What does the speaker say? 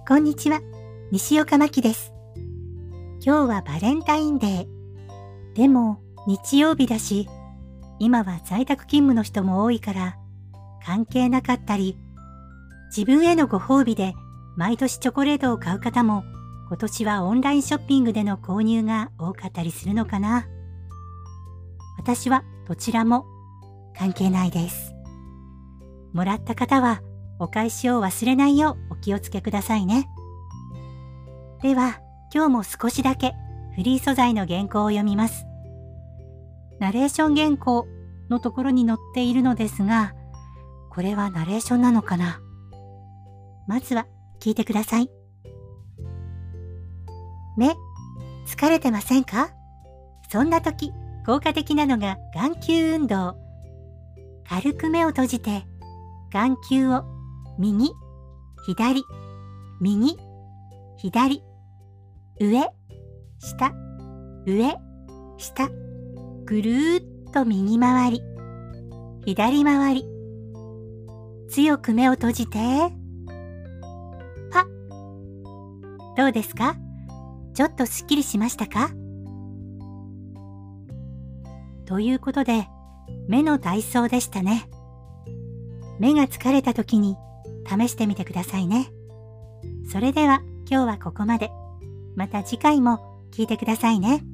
こんにちは、西岡真希です。今日はバレンタインデー。でも日曜日だし、今は在宅勤務の人も多いから関係なかったり、自分へのご褒美で毎年チョコレートを買う方も今年はオンラインショッピングでの購入が多かったりするのかな。私はどちらも関係ないです。もらった方はお返しを忘れないようお気をつけくださいね。では今日も少しだけフリー素材の原稿を読みます。ナレーション原稿のところに載っているのですが、これはナレーションなのかな。まずは聞いてください。目、疲れてませんか？そんな時、効果的なのが眼球運動。軽く目を閉じて、眼球を右、左、右、左、上、下、上、下、ぐるーっと右回り、左回り。強く目を閉じて、パッ。どうですか？ちょっとすっきりしましたか？ということで、目の体操でしたね。目が疲れた時に試してみてくださいね。それでは今日はここまで。また次回も聞いてくださいね。